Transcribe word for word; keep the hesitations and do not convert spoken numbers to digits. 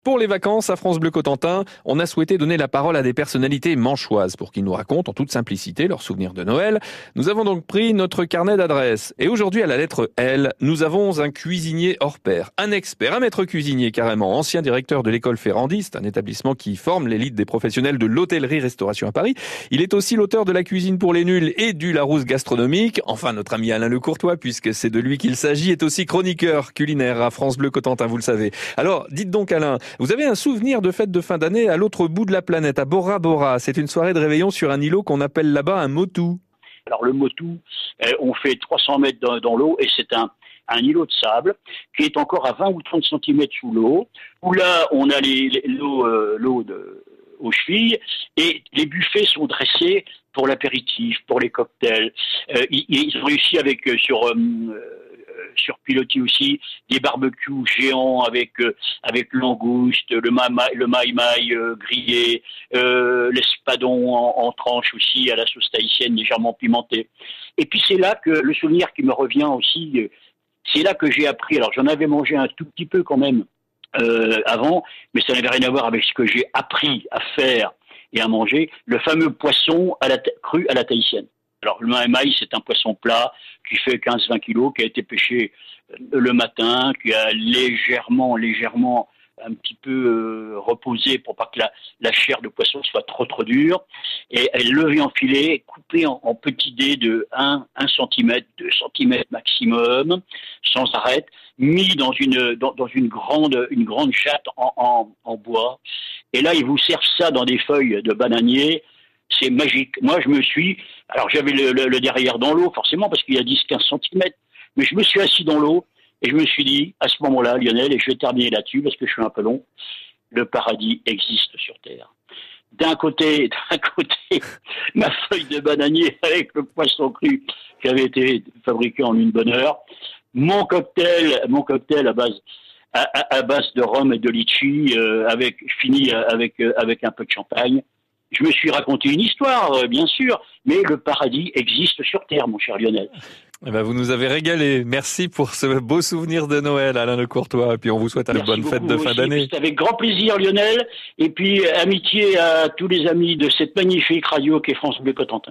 Pour les vacances à France Bleu Cotentin, on a souhaité donner la parole à des personnalités manchoises pour qu'ils nous racontent en toute simplicité leurs souvenirs de Noël. Nous avons donc pris notre carnet d'adresses. Et aujourd'hui, à la lettre L, nous avons un cuisinier hors pair, un expert, un maître cuisinier carrément, ancien directeur de l'école Ferrandiste, un établissement qui forme l'élite des professionnels de l'hôtellerie-restauration à Paris. Il est aussi l'auteur de La cuisine pour les nuls et du Larousse gastronomique. Enfin, notre ami Alain Lecourtois, puisque c'est de lui qu'il s'agit, est aussi chroniqueur culinaire à France Bleu Cotentin, vous le savez. Alors, dites donc Alain, vous avez un souvenir de fête de fin d'année à l'autre bout de la planète, à Bora Bora. C'est une soirée de réveillon sur un îlot qu'on appelle là-bas un motu. Alors le motu, euh, on fait trois cents mètres dans, dans l'eau et c'est un, un îlot de sable qui est encore à vingt ou trente centimètres sous l'eau, où là on a les, les, l'eau, euh, l'eau de, aux chevilles et les buffets sont dressés pour l'apéritif, pour les cocktails. Euh, ils, ils ont réussi avec euh, sur... Euh, sur pilotis aussi des barbecues géants avec euh, avec langouste, le maï le maï euh, grillé, euh, l'espadon en, en tranches aussi à la sauce tahitienne légèrement pimentée. Et puis c'est là que le souvenir qui me revient aussi, euh, c'est là que j'ai appris. Alors j'en avais mangé un tout petit peu quand même euh, avant, mais ça n'avait rien à voir avec ce que j'ai appris à faire et à manger. Le fameux poisson à la cru à la tahitienne. Alors, le maï-maï, c'est un poisson plat qui fait quinze à vingt kilos, qui a été pêché le matin, qui a légèrement, légèrement, un petit peu euh, reposé pour pas que la, la chair de poisson soit trop, trop dure. Et elle levée en filet, coupée en, en petits dés de un centimètre, deux centimètres maximum, sans arrêt, mis dans une, dans, dans une grande, une grande chatte en, en, en bois. Et là, ils vous servent ça dans des feuilles de bananier. C'est magique. Moi, je me suis... Alors, j'avais le, le, le derrière dans l'eau, forcément, parce qu'il y a dix à quinze centimètres. Mais je me suis assis dans l'eau et je me suis dit, à ce moment-là, Lionel, et je vais terminer là-dessus parce que je suis un peu long, le paradis existe sur Terre. D'un côté, d'un côté, ma feuille de bananier avec le poisson cru qui avait été fabriqué en une bonne heure. Mon cocktail, mon cocktail à base... À, à, à base de rhum et de litchi, euh, avec, fini avec, euh, avec un peu de champagne. Je me suis raconté une histoire, euh, bien sûr, mais le paradis existe sur Terre, mon cher Lionel. Eh ben, vous nous avez régalé. Merci pour ce beau souvenir de Noël, Alain Lecourtois. Et puis, on vous souhaite une bonne fête de fin d'année. C'est avec grand plaisir, Lionel. Et puis, amitié à tous les amis de cette magnifique radio qu'est France Bleu Cotentin.